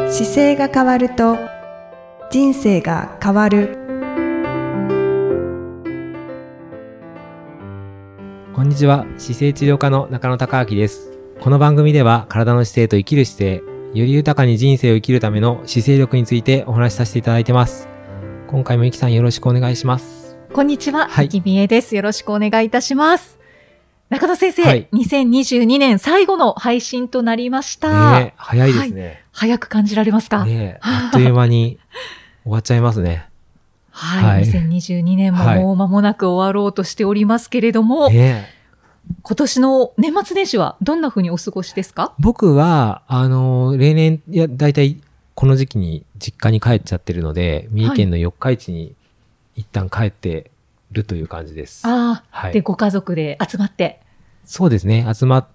姿勢が変わると人生が変わる。 こんにちは。姿勢治療科の中野孝明です。この番組では体の姿勢と生きる姿勢、より豊かに人生を生きるための姿勢力についてお話しさせていただいてます。今回もゆきさんよろしくお願いします。 こんにちは、ゆきみえです。よろしくお願いいたします。中野先生、 はい、 2022年最後の配信となりました。 ね、早いですね、はい。 早く感じられますか？ ね、あっという間に終わっちゃいますね。 はい、2022年ももう間もなく終わろうとしておりますけれども、今年の年末年始はどんな風にお過ごしですか？ 僕は、例年、だいたいこの時期に実家に帰っちゃってるので、三重県の四日市に一旦帰ってるという感じです。 で、ご家族で集まって。 そうですね。集まって、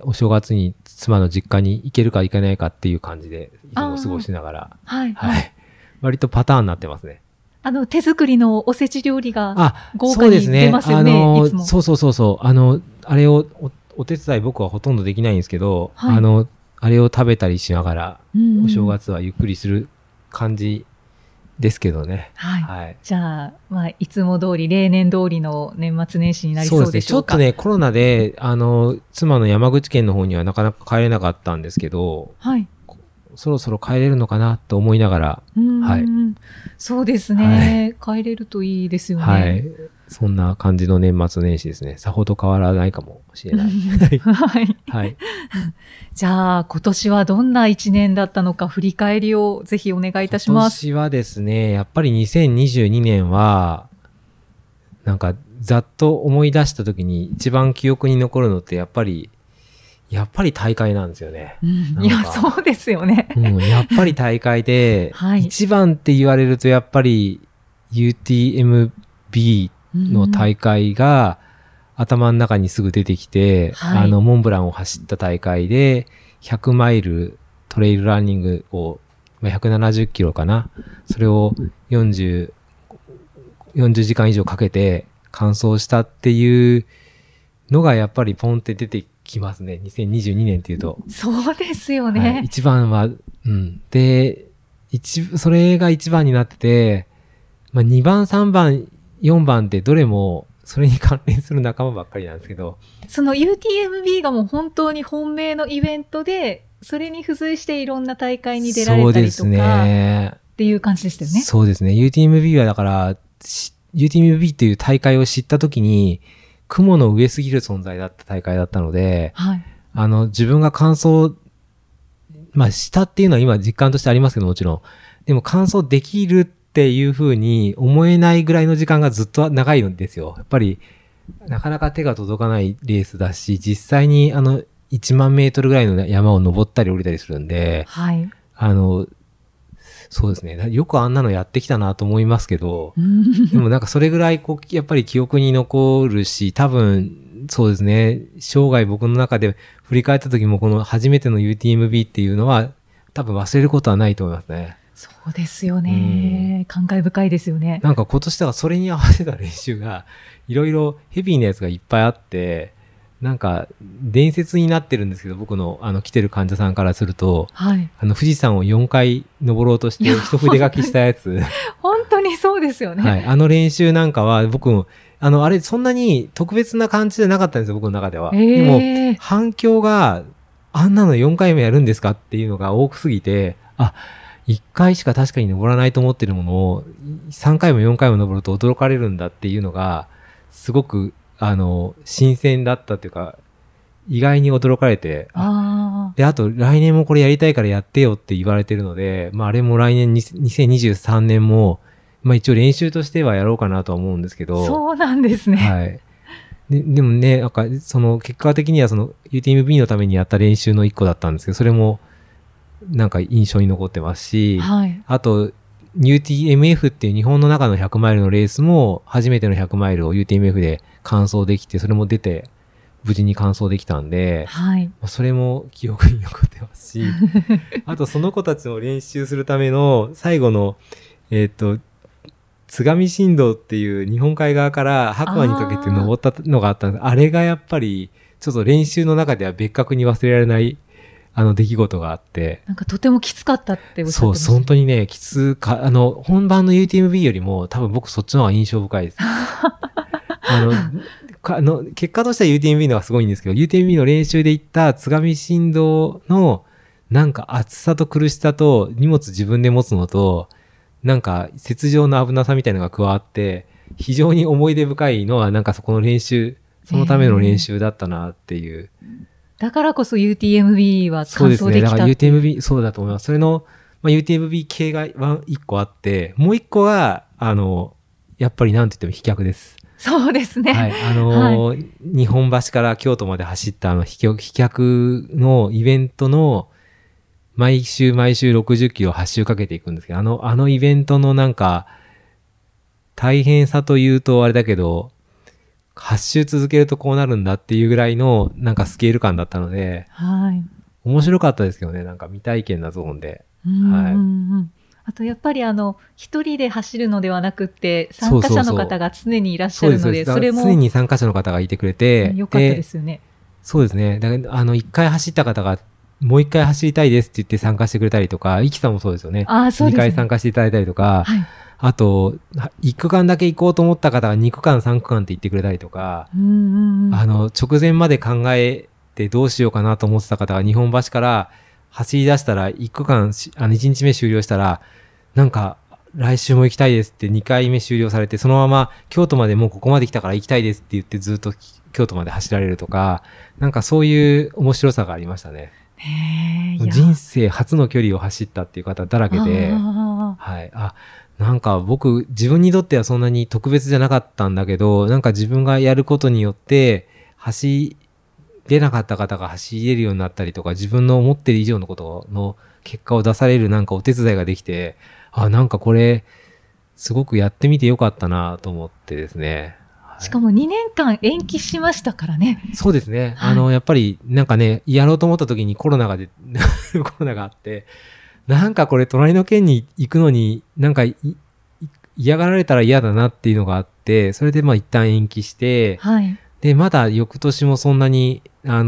お正月に妻の実家に行けるか行かないかっていう感じで、いつも過ごしながら。割とパターンになってますね。 手作りのおせち料理が豪華に出ますよね。いつも。 そう。あれをお手伝い僕はほとんどできないんですけど、あれを食べたりしながら、お正月はゆっくりする感じですけどね。 じゃあ、いつも通り、例年通りの年末年始になりそうでしょうか。 そうですね。ちょっとね、コロナで、妻の山口県の方にはなかなか帰れなかったんですけど、そろそろ帰れるのかなと思いながら、 そうですね、帰れるといいですよね。 そんな感じの年末年始ですね。さほど変わらないかもしれない。 じゃあ、今年はどんな一年だったのか振り返りをぜひお願いいたします。 今年はですね、やっぱり2022年は、なんかざっと思い出した時に一番記憶に残るのってやっぱり大会なんですよね。 いや、そうですよね。 やっぱり大会で、一番って言われるとやっぱり UTMB の大会が頭の中にすぐ出てきて、モンブランを走った大会で100マイルトレイルランニングを170キロかな。それを40時間以上かけて完走したっていうのがやっぱりポンって出てきますね。2022年っていうと。 そうですよね。 一番は、で、それが一番になってて、2番、3番、4番ってどれもそれに関連する仲間ばっかりなんですけど。 その UTMB がもう本当に本命のイベントで、それに付随していろんな大会に出られたりとか、っていう感じでしたよね。 そうですね。UTMB はだから、UTMB っていう大会を知ったときに、雲の上すぎる存在だった大会だったので、自分が完走、したっていうのは今実感としてありますけどもちろん。でも完走できるっていう風に思えないぐらいの時間がずっと長いんですよ。やっぱり、なかなか手が届かないレースだし、実際に1万メートルぐらいの山を登ったり降りたりするんで、そうですね。よくあんなのやってきたなと思いますけど、でもなんかそれぐらいやっぱり記憶に残るし、多分、そうですね。生涯僕の中で振り返った時もこの初めての UTMB っていうのは多分忘れることはないと思いますね。 そうですよね。感慨深いですよね。 なんか今年はそれに合わせた練習がいろいろヘビーなやつがいっぱいあって、なんか伝説になってるんですけど、僕の来てる患者さんからすると、富士山を4回登ろうとして一筆書きしたやつ。 本当にそうですよね。 練習なんかは僕も、あれそんなに特別な感じじゃなかったんですよ、僕の中では。でも反響があんなの4回もやるんですかっていうのが多すぎて、1回しか確かに登らないと思ってるものを3回も4回も登ると驚かれるんだっていうのが、すごく新鮮だったっていうか、意外に驚かれて、で、あと来年もこれやりたいからやってよって言われてるので、あれも来年2023年も、一応練習としてはやろうかなとは思うんですけど。 そうなんですね。 でもね、なんか結果的にはUTMB のためにやった練習の一個だったんですけど、それもなんか印象に残ってますし、あと、UTMF っていう日本の中の100マイルのレースも、初めての100マイルを UTMF で完走できて、それも出て、無事に完走できたんで、それも記憶に残ってますし、あとその子たちの練習するための最後の、津上新道っていう日本海側から白馬にかけて登ったのがあったんです。あれがやっぱりちょっと練習の中では別格に忘れられない出来事があって。 なんかとてもきつかったっておっしゃってました。 そう、本当にね、本番の UTMB よりも多分僕そっちの方が印象深いです。結果としては UTMB の方がすごいんですけど、UTMB の練習で行った津上振動のなんか暑さと苦しさと荷物自分で持つのと、なんか雪上の危なさみたいなのが加わって、非常に思い出深いのはなんかそこの練習、そのための練習だったなっていう。 だからこそ UTMB は完走できた。そうですね。 だから UTMB、そうだと思います。それの、UTMB 系が1個あって、もう1個は、やっぱりなんと言っても飛脚です。 そうですね。 はい。日本橋から京都まで走った飛脚のイベントの、毎週60キロ8周かけていくんですけど、あのイベントのなんか、大変さというとあれだけど、8周続けるとこうなるんだっていうぐらいのなんかスケール感だったので、 はい。 面白かったですけどね、なんか未体験なゾーンで。はい。 あとやっぱり一人で走るのではなくって参加者の方が常にいらっしゃるので、それも常に参加者の方がいてくれて、 よかったですよね。 そうですね。だから一回走った方がもう一回走りたいですって言って参加してくれたりとか、イキさんもそうですよね。 そうですね。 2回参加していただいたりとか、 はい、 あと1区間だけ行こうと思った方が2区間3区間って言ってくれたりとか、直前まで考えてどうしようかなと思ってた方が日本橋から走り出したら1区間1日目終了したら、なんか来週も行きたいですって2回目終了されて、そのまま京都までもうここまで来たから行きたいですって言ってずっと京都まで走られるとか、なんかそういう面白さがありましたね。人生初の距離を走ったっていう方だらけで、はい。なんか僕自分にとってはそんなに特別じゃなかったんだけど、なんか自分がやることによって走れなかった方が走れるようになったりとか、自分の思ってる以上のことの結果を出されるなんかお手伝いができて、なんかこれすごくやってみてよかったなと思ってですね。 しかも2年間延期しましたからね。 そうですね。やっぱりなんかね、やろうと思った時にコロナがあって、なんかこれ隣の県に行くのになんか嫌がられたら嫌だなっていうのがあって、それで一旦延期して、 はい、 で、まだ翌年もそんなに、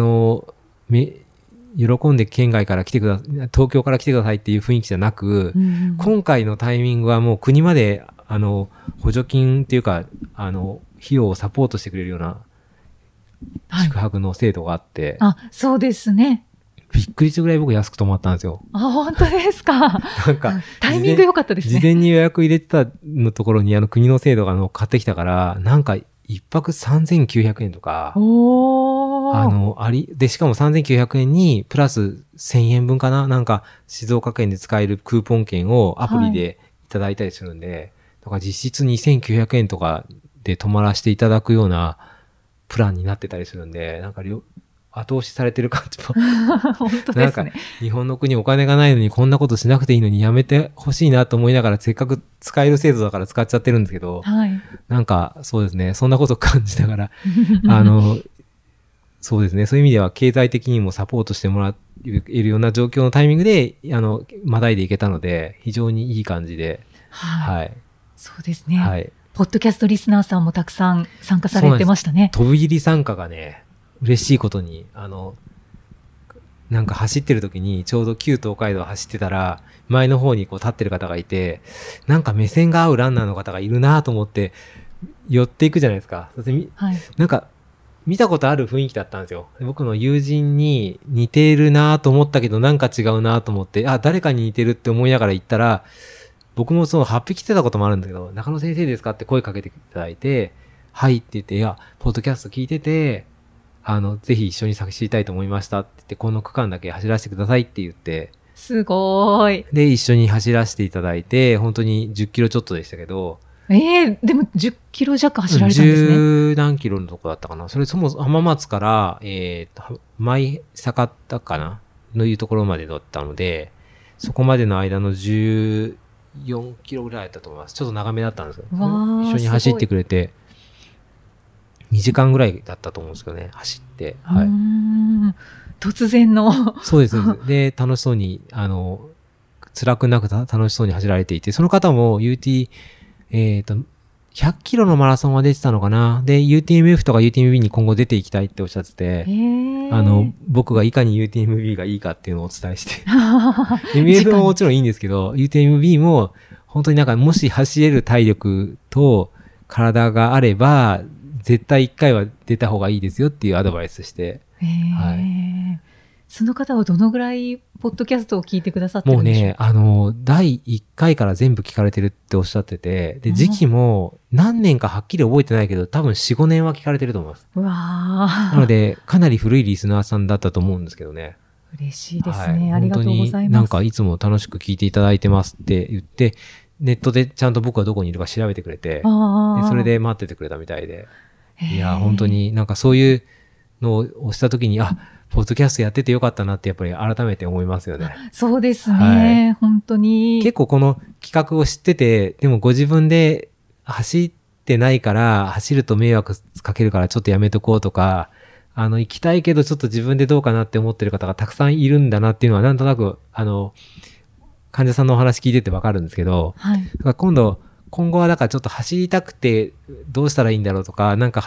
喜んで県外から来てください、東京から来てくださいっていう雰囲気じゃなく、今回のタイミングはもう国まで、補助金っていうか、費用をサポートしてくれるような宿泊の制度があって。 そうですね。 びっくりするぐらい僕安く泊まったんですよ。 本当ですか。 なんか、 タイミング良かったですね。 事前に予約入れてたのところに国の制度が買ってきたから、なんか一泊3900円とか、で、しかも3900円にプラス1000円分かな、なんか静岡県で使えるクーポン券をアプリでいただいたりするんで、だから実質2900円とかで泊まらせていただくようなプランになってたりするんで、なんか後押しされてる感じも。 本当ですね。 なんか日本の国お金がないのにこんなことしなくていいのにやめてほしいなと思いながら、せっかく使える制度だから使っちゃってるんですけど、なんかそうですね、そんなこと感じながら、そうですね、そういう意味では経済的にもサポートしてもらえるような状況のタイミングで、またいでいけたので、非常にいい感じで、はい。 そうですね。はい。ポッドキャストリスナーさんもたくさん参加されてましたね。 飛び入り参加がね、嬉しいことに、なんか走ってる時にちょうど旧東海道を走ってたら、前の方に立ってる方がいて、なんか目線が合うランナーの方がいるなと思って寄っていくじゃないですか。そしてなんか見たことある雰囲気だったんですよ。僕の友人に似ているなと思ったけどなんか違うなと思って、誰かに似てるって思いながら行ったら、僕もその8匹来てたこともあるんだけど、中野先生ですかって声かけていただいて、はいって言って、ポッドキャスト聞いてて、ぜひ一緒に走りたいと思いましたって言って、この区間だけ走らせてくださいって言って、 すごーい。 で、一緒に走らせていただいて、本当に10キロちょっとでしたけど、 でも10キロ弱走られたんですね。 10何キロのとこだったかな。それ浜松から、舞坂田かなのいうところまでだったので、そこまでの間の14キロぐらいだったと思います。ちょっと長めだったんですけど、一緒に走ってくれて、2時間ぐらいだったと思うんですけどね、走って。はい。 突然の。 そうです。で、楽しそうに、辛くなく楽しそうに走られていて、その方も 100キロのマラソンは出てたのかな。で、UTMF とか UTMB に今後出ていきたいっておっしゃってて、僕がいかに UTMB がいいかっていうのをお伝えして。MF ももちろんいいんですけど、UTMB も本当になんかもし走れる体力と体があれば、絶対1回は出た方がいいですよっていうアドバイスして。はい。 その方はどのぐらいポッドキャストを聞いてくださってるんでしょうか？ もうね、第1回から全部聞かれてるっておっしゃってて、で、時期も何年かはっきり覚えてないけど、多分4、5年は聞かれてると思います。 うわー。 なので、かなり古いリスナーさんだったと思うんですけどね。 嬉しいですね。はい、ありがとうございます。本当になんかいつも楽しく聞いていただいてますって言って、ネットでちゃんと僕はどこにいるか調べてくれて、でそれで待っててくれたみたいで。いや、本当になんかそういうのをしたときに、ポッドキャストやっててよかったなってやっぱり改めて思いますよね。 そうですね、はい。本当に。 結構この企画を知ってて、でもご自分で走ってないから走ると迷惑かけるからちょっとやめとこうとか、行きたいけどちょっと自分でどうかなって思ってる方がたくさんいるんだなっていうのはなんとなく、患者さんのお話聞いててわかるんですけど、 はい、 だから今後はだからちょっと走りたくてどうしたらいいんだろうとか、なんか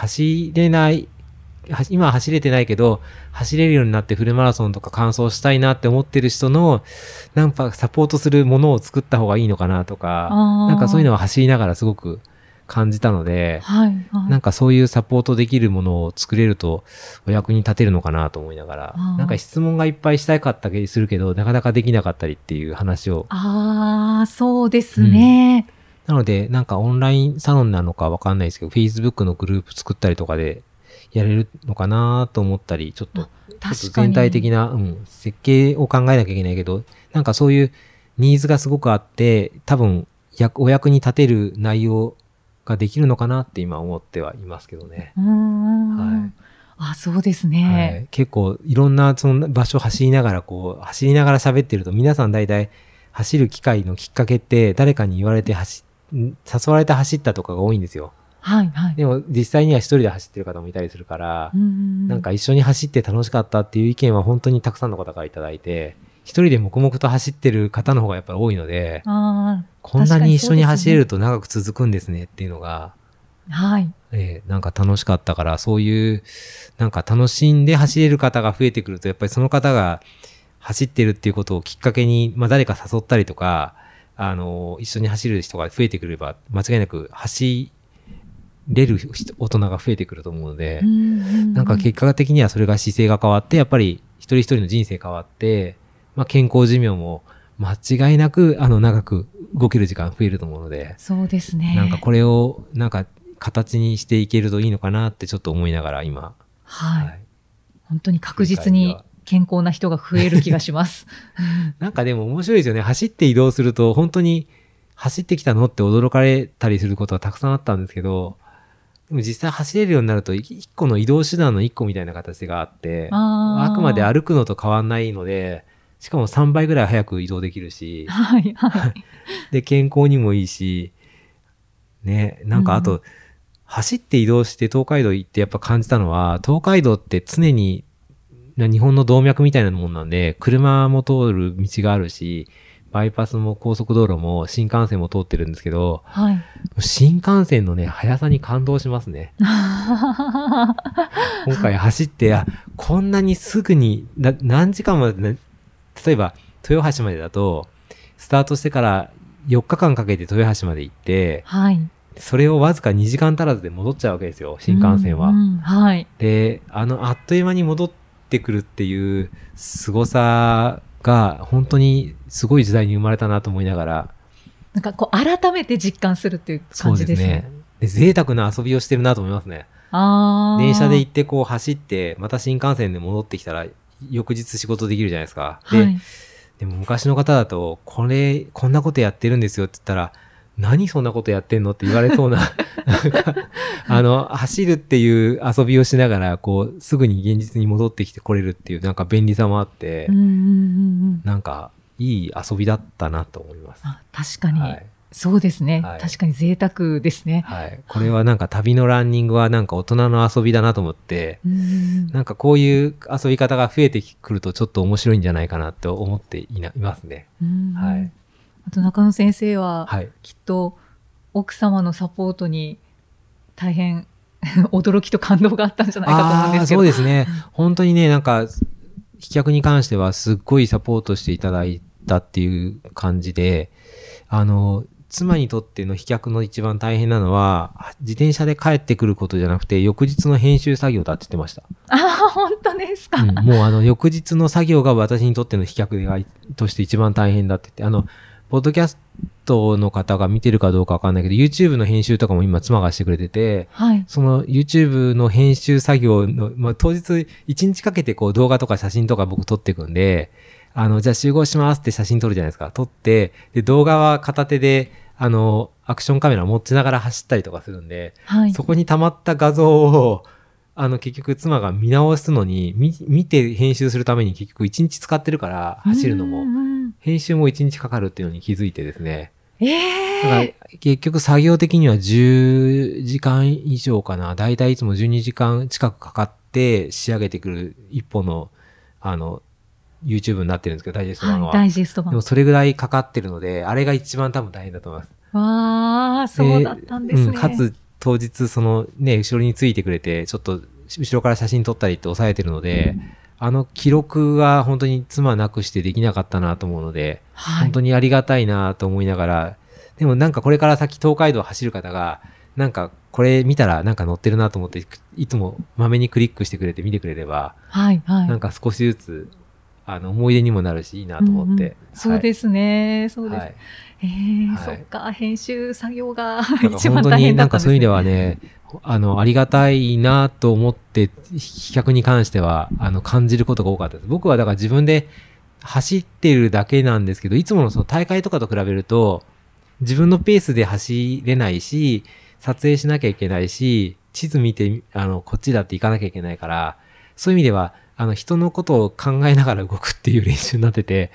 今は走れてないけど、走れるようになってフルマラソンとか完走したいなって思ってる人の、なんかサポートするものを作った方がいいのかなとか、なんかそういうのを走りながらすごく感じたので、 はいはい、 なんかそういうサポートできるものを作れるとお役に立てるのかなと思いながら、なんか質問がいっぱいしたかったりするけど、なかなかできなかったりっていう話を。 そうですね。 なので、なんかオンラインサロンなのかわかんないですけど、Facebook のグループ作ったりとかで、やれるのかなと思ったり、ちょっと全体的な、設計を考えなきゃいけないけど、なんかそういうニーズがすごくあって、多分お役に立てる内容ができるのかなって今思ってはいますけどね。 はい。そうですね。 はい、結構いろんなその場所を走りながら喋ってると、皆さん大体走る機会のきっかけって誰かに言われて誘われて走ったとかが多いんですよ。 はいはい。 でも実際には一人で走ってる方もいたりするから、なんか一緒に走って楽しかったっていう意見は本当にたくさんの方からいただいて、一人で黙々と走ってる方の方がやっぱり多いので、こんなに一緒に走れると長く続くんですねっていうのが、 はい。 なんか楽しかったから、そういうなんか楽しんで走れる方が増えてくると、やっぱりその方が走ってるっていうことをきっかけに、誰か誘ったりとか、一緒に走る人が増えてくれば、間違いなく走れる大人が増えてくると思うので、なんか結果的にはそれが姿勢が変わって、やっぱり一人一人の人生変わって、健康寿命も間違いなく長く動ける時間増えると思うので、 そうですね。 なんかこれをなんか形にしていけるといいのかなってちょっと思いながら今、 はい。本当に確実に健康な人が増える気がします。 なんかでも面白いですよね。走って移動すると本当に走ってきたのって驚かれたりすることがたくさんあったんですけど、でも実際走れるようになると一個の移動手段の一個みたいな形があって、あくまで歩くのと変わんないので、しかも3倍ぐらい早く移動できるし、 はいはい、 で健康にもいいし、ね、なんかあと、走って移動して東海道行ってやっぱ感じたのは、東海道って常に日本の動脈みたいなもんなんで、車も通る道があるし、バイパスも高速道路も新幹線も通ってるんですけど、 はい、 新幹線のね、速さに感動しますね。今回走って、こんなにすぐに、何時間まで、ね、例えば豊橋までだと、スタートしてから4日間かけて豊橋まで行って、 はい、 それをわずか2時間足らずで戻っちゃうわけですよ、新幹線は。 はい、 で、あっという間に戻ってくるっていう凄さが本当にすごい時代に生まれたなと思いながら、 なんかこう改めて実感するっていう感じですね。 そうですね。贅沢な遊びをしてるなと思いますね。電車で行ってこう走ってまた新幹線で戻ってきたら翌日仕事できるじゃないですか。で、でも昔の方だとこんなことやってるんですよって言ったら、何そんなことやってんのって言われそうななんか走るっていう遊びをしながらこうすぐに現実に戻ってきてこれるっていうなんか便利さもあって、なんかいい遊びだったなと思います。 確かに、はい、そうですね、はい、確かに贅沢ですね。 はい、これはなんか旅のランニングはなんか大人の遊びだなと思って、なんかこういう遊び方が増えてくるとちょっと面白いんじゃないかなと思っていますね。はい。 あと中野先生は、きっと奥様のサポートに大変驚きと感動があったんじゃないかと思うんですけど。 そうですね。本当にね、なんか、飛脚に関してはすっごいサポートしていただいたっていう感じで、妻にとっての飛脚の一番大変なのは、自転車で帰ってくることじゃなくて、翌日の編集作業だって言ってました。 本当ですか。 もう翌日の作業が私にとっての飛脚として一番大変だって言って、ポッドキャストの方が見てるかどうかわかんないけど、YouTube の編集とかも今妻がしてくれてて、 はい、 その YouTube の編集作業の、当日1日かけてこう動画とか写真とか僕撮っていくんで、じゃあ集合しますって写真撮るじゃないですか。撮って、で、動画は片手で、アクションカメラ持ちながら走ったりとかするんで、 はい、 そこに溜まった画像を、結局妻が見直すのに、見て編集するために結局1日使ってるから、走るのも、編集も1日かかるっていうのに気づいてですね。だから結局作業的には10時間以上かな。だいたいいつも12時間近くかかって仕上げてくる一本の、YouTube になってるんですけど、ダイジェスト版は。 ダイジェスト版。 でもそれぐらいかかってるので、あれが一番多分大変だと思います。 わー、そうだったんですね。 かつ、当日、後ろについてくれて、ちょっと、後ろから写真撮ったりって抑えてるので、記録は本当に妻なくしてできなかったなと思うので、本当にありがたいなと思いながら、でもなんかこれから先東海道を走る方が、なんかこれ見たらなんか乗ってるなと思って、いつもまめにクリックしてくれて見てくれれば、なんか少しずつ、思い出にもなるし、いいなと思って。 そうですね。そうです。そっか、編集作業が一番大変だったんですね。なんかそういう意味ではね、ありがたいなと思って、飛脚に関しては、感じることが多かったです。僕はだから自分で走ってるだけなんですけど、いつものその大会とかと比べると、自分のペースで走れないし、撮影しなきゃいけないし、地図見て、こっちだって行かなきゃいけないから、そういう意味では、人のことを考えながら動くっていう練習になってて、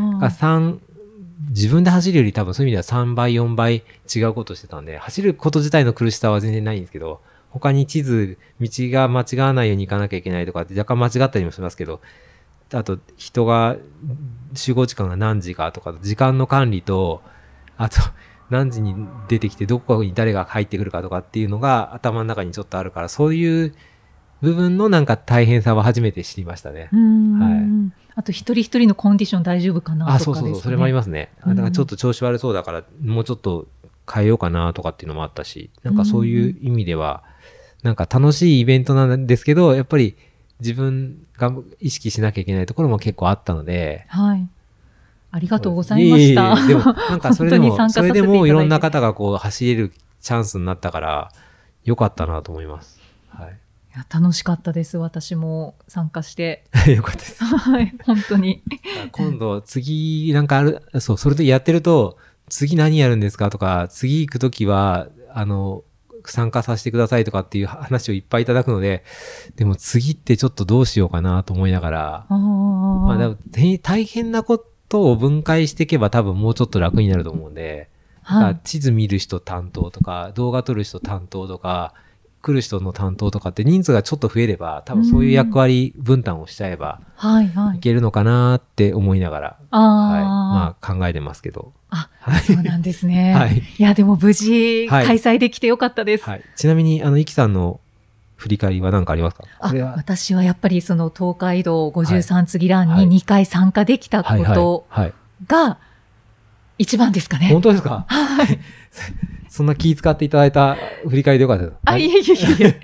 自分で走るより多分そういう意味では3倍、4倍違うことをしてたんで、走ること自体の苦しさは全然ないんですけど、他に地図、道が間違わないように行かなきゃいけないとかって若干間違ったりもしますけど、あと人が、集合時間が何時かとか、時間の管理と、あと何時に出てきてどこに誰が入ってくるかとかっていうのが頭の中にちょっとあるから、そういう部分のなんか大変さは初めて知りましたね。はい。 あと一人一人のコンディション大丈夫かなとかですかね。 そう、それもありますね。だからちょっと調子悪そうだから、もうちょっと変えようかなとかっていうのもあったし、なんかそういう意味では、なんか楽しいイベントなんですけど、やっぱり自分が意識しなきゃいけないところも結構あったので。 はい。ありがとうございました。 でも、なんかそれでもいろんな方がこう走れるチャンスになったから、良かったなと思います。はい。 いや楽しかったです。私も参加して。 よかったです。 はい、本当に。 今度、次、なんかそれでやってると、次何やるんですかとか、次行くときは、参加させてくださいとかっていう話をいっぱいいただくので、でも次ってちょっとどうしようかなと思いながら、まあ、大変なことを分解していけば多分もうちょっと楽になると思うんで、はい、地図見る人担当とか、動画撮る人担当とか、来る人の担当とかって人数がちょっと増えれば、多分そういう役割分担をしちゃえば、いけるのかなって思いながら、はい、まあ考えてますけど。 そうなんですね。 はい。 いや、でも無事開催できてよかったです。 はい。ちなみに、イキさんの振り返りは何かありますか？ 私はやっぱりその東海道53次ランに2回参加できたことが一番ですかね。 本当ですか？はい。そんな気遣っていただいた振り返りでよかったです。 いえ。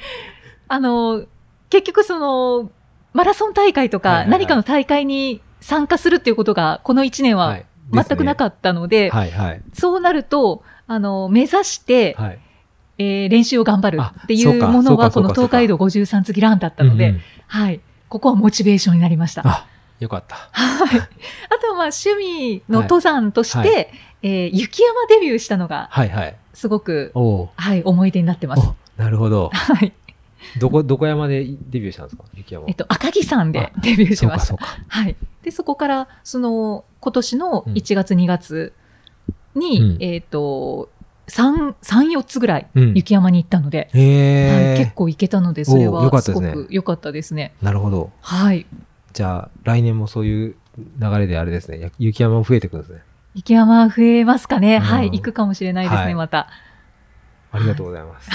結局その、マラソン大会とか何かの大会に参加するっていうことが、この1年は全くなかったので、そうなると、目指して、練習を頑張るっていうものが、この東海道53次ランだったので、はい。ここはモチベーションになりました。 よかった。 はい。あとはまあ趣味の登山として、雪山デビューしたのが、すごく、思い出になってます。 なるほど。 はい。 どこ山でデビューしたんですか？雪山。 赤城山でデビューしました。はい。で、そこから、今年の1月2月に、3、4つぐらい雪山に行ったので、結構行けたので、それはすごく良かったですね。 なるほど。 はい。 じゃあ、来年もそういう流れであれですね、雪山も増えてくるんですね。 雪山増えますかね。はい。行くかもしれないですね、はい、また。 ありがとうございます。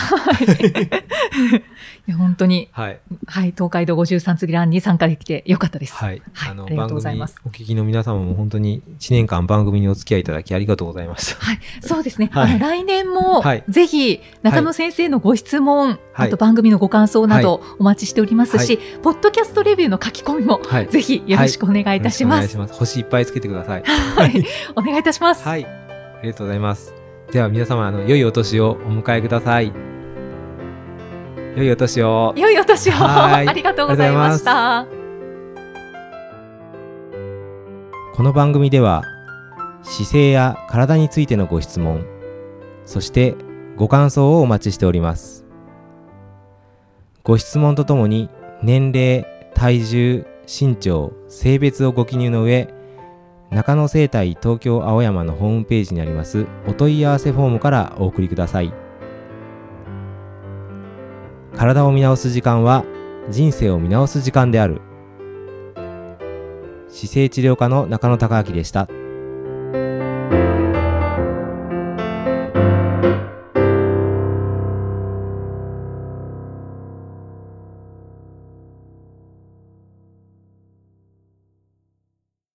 いや本当に、 はい、 はい、東海道53次ランに参加できてよかったです。 はい、 はい、ありがとうございます。 お聞きの皆様も本当に1年間番組にお付き合いいただきありがとうございました。 はい、そうですね。 はい、 来年も、はい、ぜひ中野先生のご質問、はい、あと番組のご感想などお待ちしておりますし、はい、ポッドキャストレビューの書き込みも、はい、ぜひよろしくお願いいたします。 星いっぱいつけてください。 はい、お願いいたします。 はい、ありがとうございます。では皆様良いお年をお迎えください。良いお年を。 良いお年を。ありがとうございました。 この番組では姿勢や体についてのご質問、そしてご感想をお待ちしております。ご質問とともに年齢、体重、身長、性別をご記入の上、中野生態東京青山のホームページにありますお問い合わせフォームからお送りください。体を見直す時間は人生を見直す時間である。姿勢治療科の中野孝明でした。